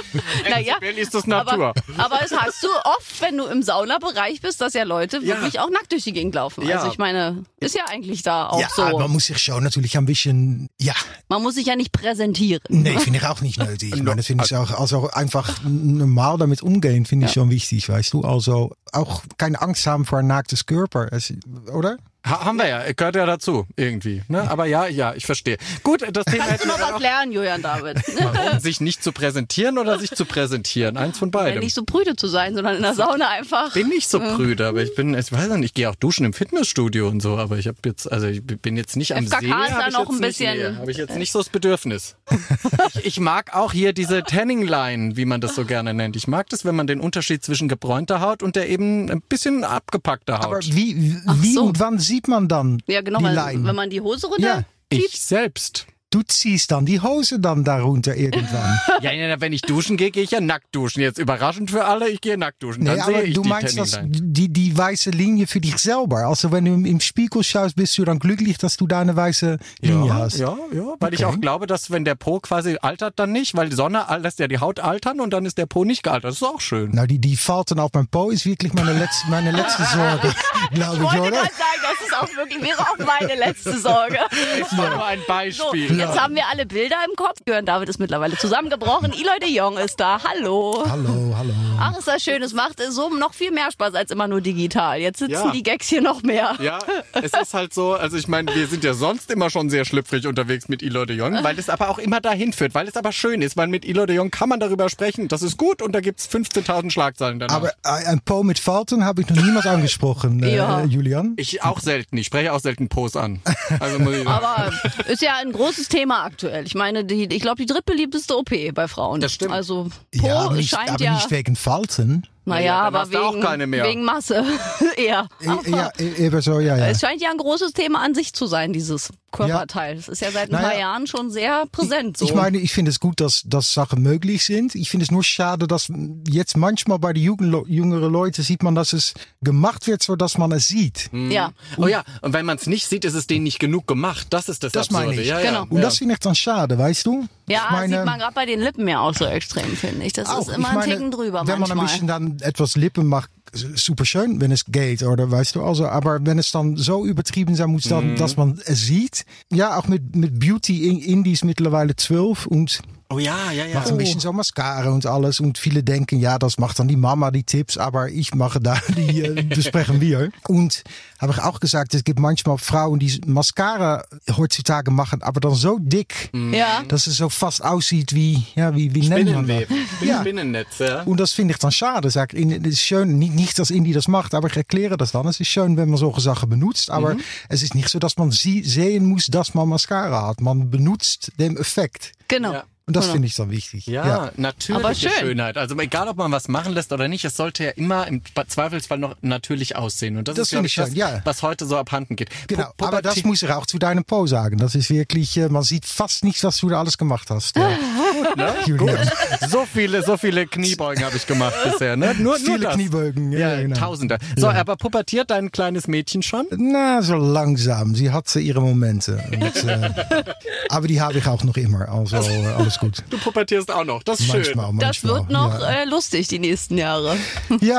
Naja, Prinzipiell ist das Natur. aber, aber es hast du oft, wenn du im Saunabereich bist, dass ja Leute Ja. wirklich auch nackt durch die Gegend laufen. Ja. Also ich meine, ist ja eigentlich da auch Ja, so. man muss sich schon natürlich ein bisschen, ja, Man muss sich ja nicht präsentieren. nee, finde ich auch nicht nötig. Ich meine, das finde ich auch, also einfach normal damit umgehen, finde ich schon wichtig, weißt du. Also auch keine Angst haben vor ein nacktes Körper, es, oder? Ha haben wir ja, gehört ja dazu, irgendwie. Ne? Aber ja, ja, ich verstehe. Gut, das Thema Kannst hätten du noch wir dann auch, erklären, Julian David? um sich nicht zu präsentieren oder sich zu präsentieren. Eins von Ja, beidem. nicht so prüde zu sein, sondern in der Sauna einfach. bin nicht so prüde, aber ich bin, ich weiß nicht, ich gehe auch duschen im Fitnessstudio und so, aber ich habe jetzt, also ich bin jetzt nicht am F K K See, ist da habe ich, noch jetzt ein nicht, bisschen- nee, habe ich jetzt nicht so das Bedürfnis. ich, ich mag auch hier diese Tanning Line, wie man das so gerne nennt. Ich mag das, wenn man den Unterschied zwischen gebräunter Haut und der eben ein bisschen abgepackter Haut. Aber wie, wie so. und wann sieht man dann Ja, genau, die weil, Line? wenn man die Hose Ja. runter ich selbst. Du ziehst dann die Hose dann darunter irgendwann. Ja, ja, wenn ich duschen gehe, gehe ich ja nackt duschen. Jetzt überraschend für alle, ich gehe nackt duschen. Dann Nee, sehe aber ich du die meinst Tanning das, Line. die, die weiße Linie für dich selber. Also wenn du im, im Spiegel schaust, bist du dann glücklich, dass du da eine weiße Linie Ja, hast. ja, ja, weil ich Okay. auch glaube, dass wenn der Po quasi altert, dann nicht, weil die Sonne al- lässt ja die Haut altern und dann ist der Po nicht gealtert. Das ist auch schön. Nou, die, die Falten auf meinem Po ist wirklich meine letzte, meine letzte Sorge, glaube Ich ich, wollte oder? gerade sagen, das ist auch wirklich, wäre auch meine letzte Sorge. Das war nur ein So, Beispiel. jetzt haben wir alle Bilder im Kopf. Jörn David ist mittlerweile zusammengebrochen. Eloy de Jong ist da. Hallo. Hallo, hallo. Ach, ist das schön. Es macht so noch viel mehr Spaß als immer nur digital. Jetzt sitzen Ja. die Gags hier noch mehr. Ja, es ist halt so, also ich meine, wir sind ja sonst immer schon sehr schlüpfrig unterwegs mit Eloy de Jong, weil es aber auch immer dahin führt, weil es aber schön ist, weil mit Eloy de Jong kann man darüber sprechen, das ist gut und da gibt's fünfzehntausend Schlagzeilen danach. Aber ein Po mit Falten habe ich noch niemals angesprochen, äh, Ja. Julian. ich auch selten, ich spreche auch selten Pos an. Also muss ich sagen. Aber ist ja ein großes Thema aktuell. Ich meine, die, ich glaube, die drittbeliebteste O P bei Frauen. Das stimmt. Also Po Ja, aber nicht, scheint aber ja... nicht wegen Falten. Naja, Ja, dann aber hast du auch wegen, keine mehr. wegen Masse eher. Aber Ja, eben so, ja, ja. es scheint ja ein großes Thema an sich zu sein, dieses Körperteil. Das ist ja seit ein Naja. paar Jahren schon sehr präsent. So. Ich meine, ich finde es gut, dass, dass Sachen möglich sind. Ich finde es nur schade, dass jetzt manchmal bei den Jugend, jüngeren Leuten sieht man, dass es gemacht wird, so dass man es sieht. ja. Oh ja, und wenn man es nicht sieht, ist es denen nicht genug gemacht. Das ist das Das Absurde. meine ich. Ja, Genau. ja. Und das finde ich dann schade, weißt du? Ja, ich meine, sieht man gerade bei den Lippen ja auch so extrem, finde ich. Das auch, ist immer ich meine, ein Ticken drüber wenn man manchmal. ein bisschen dann etwas Lippen macht, super schön, wenn es geht, oder weißt du, also, aber wenn es dann so übertrieben sein muss, dann, dass man es sieht. Ja, auch mit, mit Beauty in Indies mittlerweile zwölf und Oh ja, ja, ja. macht ein bisschen so Mascara und alles und viele denken, ja, das macht dann die Mama die Tipps, aber ich mache da, die äh, besprechen wir. Und habe ich auch gesagt, es gibt manchmal Frauen, die Mascara heutzutage machen, aber dann so dick, Ja. dass es so fast aussieht wie, ja, wie, wie nennt man das? Spinnenweb. Ja. Spinnennetz, ja. Und das finde ich dann schade. Sag, ich, es ist schön, nicht, nicht, dass Indie das macht, aber ich erkläre das dann. Es ist schön, wenn man solche Sachen benutzt, aber es ist nicht so, dass man sie sehen muss, dass man Mascara hat. Man benutzt den Effekt. Genau. Ja. Und das Genau. finde ich dann wichtig. Ja, natürliche Aber schön. Schönheit. Also egal, ob man was machen lässt oder nicht, es sollte ja immer im Zweifelsfall noch natürlich aussehen. Und das, Das ist, glaube finde ich, ich das, schön, ja. was heute so abhanden geht. Genau, Pu- aber das Pubertät- muss ich auch zu deinem Po sagen. Das ist wirklich, äh, man sieht fast nicht, was du da alles gemacht hast. Ja. ne? Julian. So viele, so viele Kniebeugen habe ich gemacht bisher. Ne? Nur, nur Viele das. Kniebeugen. Ja, Ja, genau. Tausende. So, aber pubertiert dein kleines Mädchen schon? Na, so langsam. Sie hat so ihre Momente. Und, äh, aber die habe ich auch noch immer. Also äh, alles gut. Du pubertierst auch noch. Das ist schön. Manchmal, manchmal. Das wird noch Ja. äh, lustig die nächsten Jahre. Ja,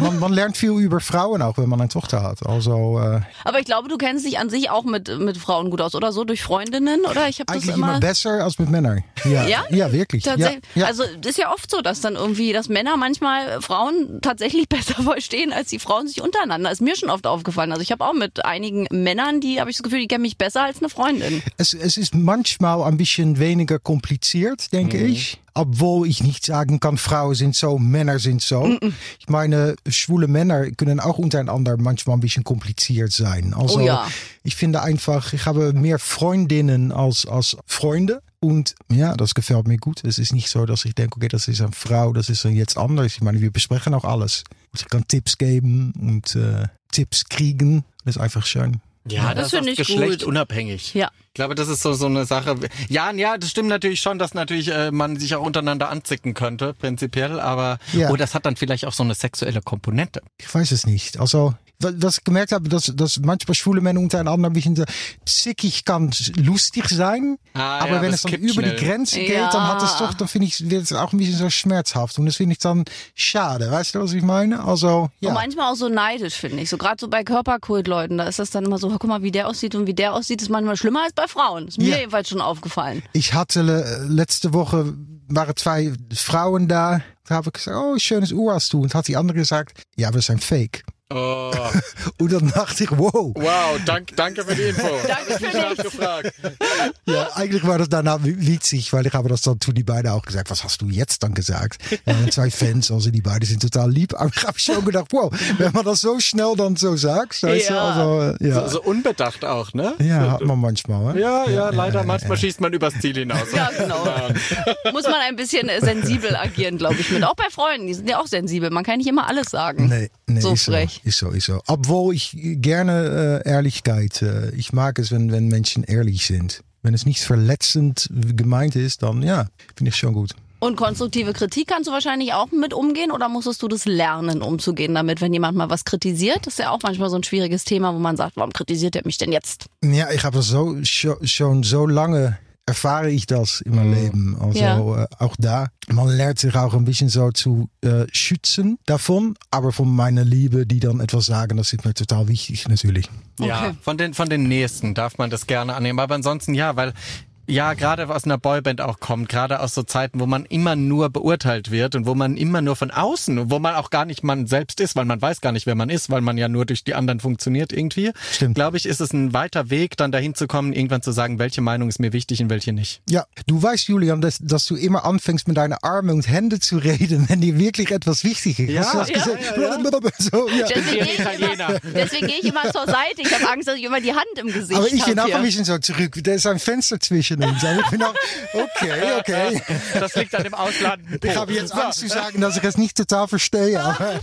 man, man lernt viel über Frauen auch, wenn man eine Tochter hat. Also, äh, Aber ich glaube, du kennst dich an sich auch mit, mit Frauen gut aus, oder so? Durch Freundinnen? Oder ich habe das eigentlich immer... immer besser als mit Männern. Ja, Ja? ja wirklich. Tatsächlich. Ja, ja. Also das ist ja oft so, dass dann irgendwie, dass Männer manchmal Frauen tatsächlich besser verstehen, als die Frauen sich untereinander. Ist mir schon oft aufgefallen. Also ich habe auch mit einigen Männern, die habe ich das Gefühl, die kennen mich besser als eine Freundin. Es, es ist manchmal ein bisschen weniger kompliziert, denke Mhm. ich. Obwohl ich nicht sagen kann, Frauen sind so, Männer sind so. Mhm. Ich meine, schwule Männer können auch untereinander manchmal ein bisschen kompliziert sein. Also Oh ja. ich finde einfach, ich habe mehr Freundinnen als, als Freunde. Und ja, das gefällt mir gut. Es ist nicht so, dass ich denke, okay, das ist eine Frau, das ist jetzt anders. Ich meine, wir besprechen auch alles. Ich kann Tipps geben und äh, Tipps kriegen. Das ist einfach schön. Ja, das das, finde ist ich Geschlecht gut. unabhängig. Ja. Ich glaube, das ist so so eine Sache. Ja, ja, das stimmt natürlich schon, dass natürlich äh, man sich auch untereinander anzicken könnte, prinzipiell. Aber Ja. oh, das hat dann vielleicht auch so eine sexuelle Komponente. Ich weiß es nicht. Also, was ich gemerkt habe, dass, dass manchmal schwule Männer untereinander ein bisschen so zickig kann lustig sein. Ah, aber ja, wenn das es dann kippt über schnell. die Grenze geht, Ja. dann hat es doch, dann finde ich, wird es auch ein bisschen so schmerzhaft. Und das finde ich dann schade. Weißt du, was ich meine? Also, ja. Und manchmal auch so neidisch, finde ich. So gerade so bei Körperkultleuten, da ist das dann immer so, guck mal, wie der aussieht und wie der aussieht, ist manchmal schlimmer als bei Frauen. Ist mir Ja. jedenfalls schon aufgefallen. Ich hatte le- letzte Woche, waren zwei Frauen da. Da habe ich gesagt, oh, schönes Uhr hast du. Und hat die andere gesagt, ja, wir sind fake. Oh, Und dann dachte ich, wow. wow, dank, danke für die Info. Danke für Ich hab nichts. gefragt. Ja, eigentlich war das danach witzig, weil ich habe das dann zu die beiden auch gesagt. Was hast du jetzt dann gesagt? Ja, zwei Fans, also die beiden sind total lieb. Aber ich habe schon gedacht, wow, wenn man das so schnell dann so sagt. Weißt du, Ja. also, äh, ja. So, so unbedacht auch, ne? Ja, hat man manchmal. Hè? Ja, ja, leider. Manchmal schießt man übers Ziel hinaus. Ja, genau. Muss man ein bisschen äh, sensibel agieren, glaube ich, mit. Auch bei Freunden, die sind ja auch sensibel. Man kann nicht immer alles sagen. Nee, nee, So ist frech. So, ist so, ist so. Obwohl ich gerne äh, Ehrlichkeit, äh, ich mag es, wenn, wenn Menschen ehrlich sind. Wenn es nicht verletzend gemeint ist, dann ja, finde ich schon gut. Und konstruktive Kritik kannst du wahrscheinlich auch mit umgehen oder musstest du das lernen, umzugehen damit, wenn jemand mal was kritisiert? Das ist ja auch manchmal so ein schwieriges Thema, wo man sagt, warum kritisiert er mich denn jetzt? Ja, ich habe das so, scho- schon so lange erfahre ich das in meinem Leben. Also Ja. äh, auch da, man lernt sich auch ein bisschen so zu äh, schützen davon. Aber von meiner Liebe, die dann etwas sagen, das ist mir total wichtig natürlich. Ja, Okay. von den, von den Nächsten darf man das gerne annehmen. Aber ansonsten ja, weil ja gerade aus einer Boyband auch kommt, gerade aus so Zeiten, wo man immer nur beurteilt wird und wo man immer nur von außen, wo man auch gar nicht man selbst ist, weil man weiß gar nicht, wer man ist, weil man ja nur durch die anderen funktioniert irgendwie. Stimmt. Glaube ich, ist es ein weiter Weg, dann dahin zu kommen, irgendwann zu sagen, welche Meinung ist mir wichtig und welche nicht. Ja, du weißt, Julian, dass, dass du immer anfängst, mit deinen Armen und Händen zu reden, wenn dir wirklich etwas wichtig ist. Ja, Hast du das ja, gesagt? So, ja. Deswegen Wir gehe ich, immer- Italiener. deswegen gehe ich immer zur Seite. Ich habe Angst, dass ich immer die Hand im Gesicht Aber ich bin hab auch hier. ein bisschen so zurück. Da ist ein Fenster zwischen uns. Und ich bin auch, okay, okay. Das liegt an dem Ausland. Ich habe jetzt Angst zu sagen, dass ich es nicht total verstehe. Aber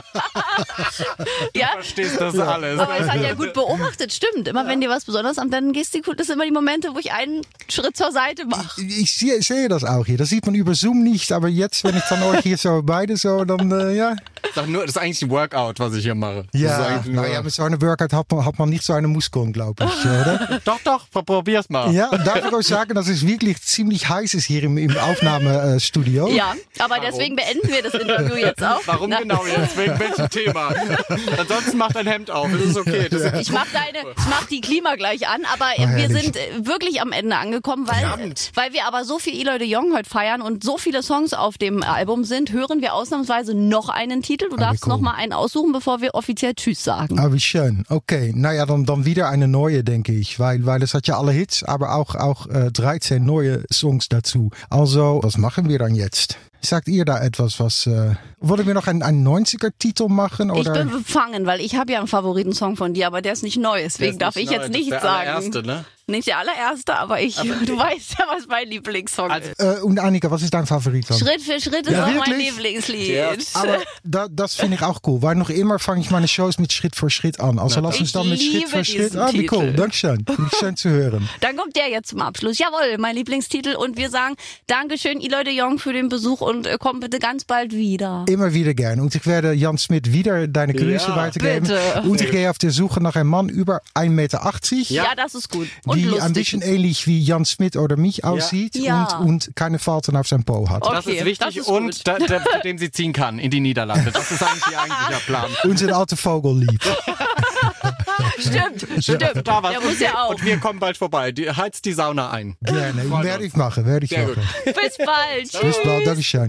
Ja? Du verstehst das alles. Aber es hat ja gut beobachtet, stimmt. Immer wenn dir was besonders am dann gestikuliert, das sind immer die Momente, wo ich einen Schritt zur Seite mache. ich sehe, sehe das auch hier. Das sieht man über Zoom nicht. Aber jetzt, wenn ich dann euch hier so beide so, dann äh, ja. Sag nur, das ist eigentlich ein Workout, was ich hier mache. Das ist Ja, eigentlich nur- nou ja, mit so einer Workout hat man, hat man nicht so eine Muskeln, glaube ich. Oder? Doch, doch, probier's mal. Ja, und darf ich euch sagen, dass es wirklich ziemlich heiß ist hier im, im Aufnahmestudio. Ja, aber deswegen beenden wir das Interview jetzt auch. Warum Na, genau jetzt? Wegen welchem Thema? Ansonsten macht dein Hemd auf. Das ist okay. Das ist Ich mach deine, ich mach die Klima gleich an, aber äh, wir herrlich. sind äh, wirklich am Ende angekommen, weil, Verdammt. weil wir aber so viel Eloy de Jong heute feiern und so viele Songs auf dem Album sind, hören wir ausnahmsweise noch einen Titel. Du darfst cool. noch mal einen aussuchen, bevor wir offiziell Tschüss sagen. Ah, wie schön. Okay, naja, dann, dann wieder eine neue, denke ich. Weil, weil es hat ja alle Hits, aber auch, auch äh, dreizehn neue Songs dazu. Also, was machen wir dann jetzt? Sagt ihr da etwas, was... Äh, wollen wir noch einen, einen neunziger-Titel machen? Ich Oder? bin befangen, weil ich habe ja einen Favoritensong von dir, aber der ist nicht neu, deswegen darf ich jetzt nichts der sagen. Allererste, ne? Nicht der allererste, aber ich, du weißt ja, was mein Lieblingssong Also- ist. Äh, und Annika, was ist dein Favorit dann? Schritt für Schritt ist Ja, auch mein wirklich? Lieblingslied. Ja. Aber da, das finde ich auch cool, weil noch immer fange ich meine Shows mit Schritt für Schritt an. Also lass uns Ich dann mit Schritt liebe für Schritt. diesen Ah, wie cool, Titel. Dankeschön. Finde ich schön zu hören. Dann kommt der jetzt zum Abschluss. Jawohl, mein Lieblingstitel. Und wir sagen Dankeschön, Eloy de Jong, für den Besuch und und äh, komm bitte ganz bald wieder. Immer wieder gern. Und ich werde Jan Smit wieder deine Grüße Ja, weitergeben. bitte. Und ich gehe auf der Suche nach einem Mann über eins Komma achtzig Meter. Ja, das ist gut. Und Die lustig. ein bisschen ähnlich wie Jan Smit oder mich aussieht Ja. Und, und keine Falten auf seinem Po hat. Okay, Das ist wichtig das ist und gut. da, da, zu dem sie ziehen kann in die Niederlande. Das ist eigentlich ihr eigentlicher Plan. Und sein alter Vogel liebt. Stimmt, stimmt. Da war's. Der Und muss ja wir- auch. Und wir kommen bald vorbei. Die, heizt die Sauna ein. Gerne. Freuen Werde uns. ich machen. Werde ich Sehr machen. Bis bald. Bis bald. Dankeschön.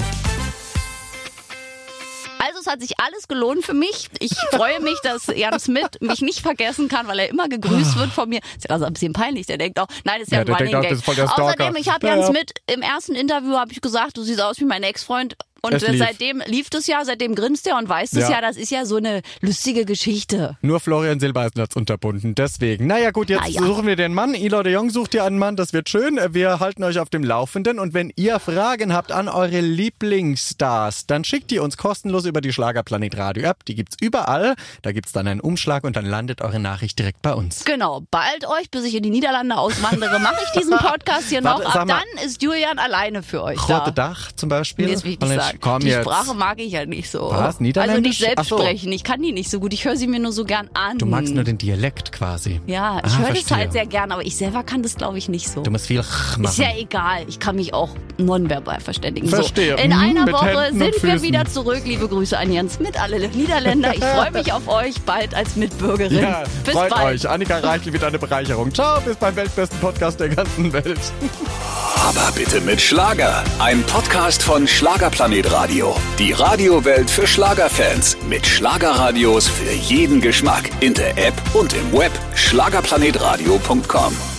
Also es hat sich alles gelohnt für mich. Ich freue mich, dass Jan Smit mich nicht vergessen kann, weil er immer gegrüßt wird von mir. Ist ja also ein bisschen peinlich. Der denkt auch, nein, das ist ja, Ja, ein der Running denkt auch, Gag. das ist voll der Stalker. Außerdem, ich habe Ja, Jan ja. Smit im ersten Interview habe ich gesagt, du siehst aus wie mein Ex-Freund. Und Es lief. seitdem lief es ja, seitdem grinst er und weiß es Ja. ja, das ist ja so eine lustige Geschichte. Nur Florian Silbereisen hat's unterbunden. Deswegen. Naja gut, jetzt Na ja. suchen wir den Mann. Elo de Jong sucht ihr einen Mann. Das wird schön. Wir halten euch auf dem Laufenden. Und wenn ihr Fragen habt an eure Lieblingsstars, dann schickt die uns kostenlos über die Schlagerplanet Radio App. Die gibt's überall. Da gibt's dann einen Umschlag und dann landet eure Nachricht direkt bei uns. Genau, bald euch, bis ich in die Niederlande auswandere, mache ich diesen Podcast hier noch. Warte, sag Ab mal. dann ist Julian alleine für euch Rote da. Dach zum Beispiel. Nee, das will ich Und nicht dann- sagen. Komm die jetzt. Sprache mag ich ja nicht so. Was? Also Niederländisch? nicht selbst Ach so. sprechen. Ich kann die nicht so gut. Ich höre sie mir nur so gern an. Du magst nur den Dialekt quasi. Ja, ich Ah, höre das verstehe. halt sehr gern, aber ich selber kann das, glaube ich, nicht so. Du musst viel machen. Ist ja egal. Ich kann mich auch nonverbal verständigen. Verstehe. So, in Mhm, einer mit Woche Händen und sind wir Füßen. wieder zurück. Liebe Grüße an Jens Smit, alle Niederländer. Ich freue mich auf euch bald als Mitbürgerin. Ja, Bis freut bald. euch. Annika Reichel wird eine Bereicherung. Ciao, bis beim weltbesten Podcast der ganzen Welt. Aber bitte mit Schlager. Ein Podcast von Schlagerplanet Radio. Die Radiowelt für Schlagerfans. Mit Schlagerradios für jeden Geschmack. In der App und im Web. schlagerplanetradio punkt com.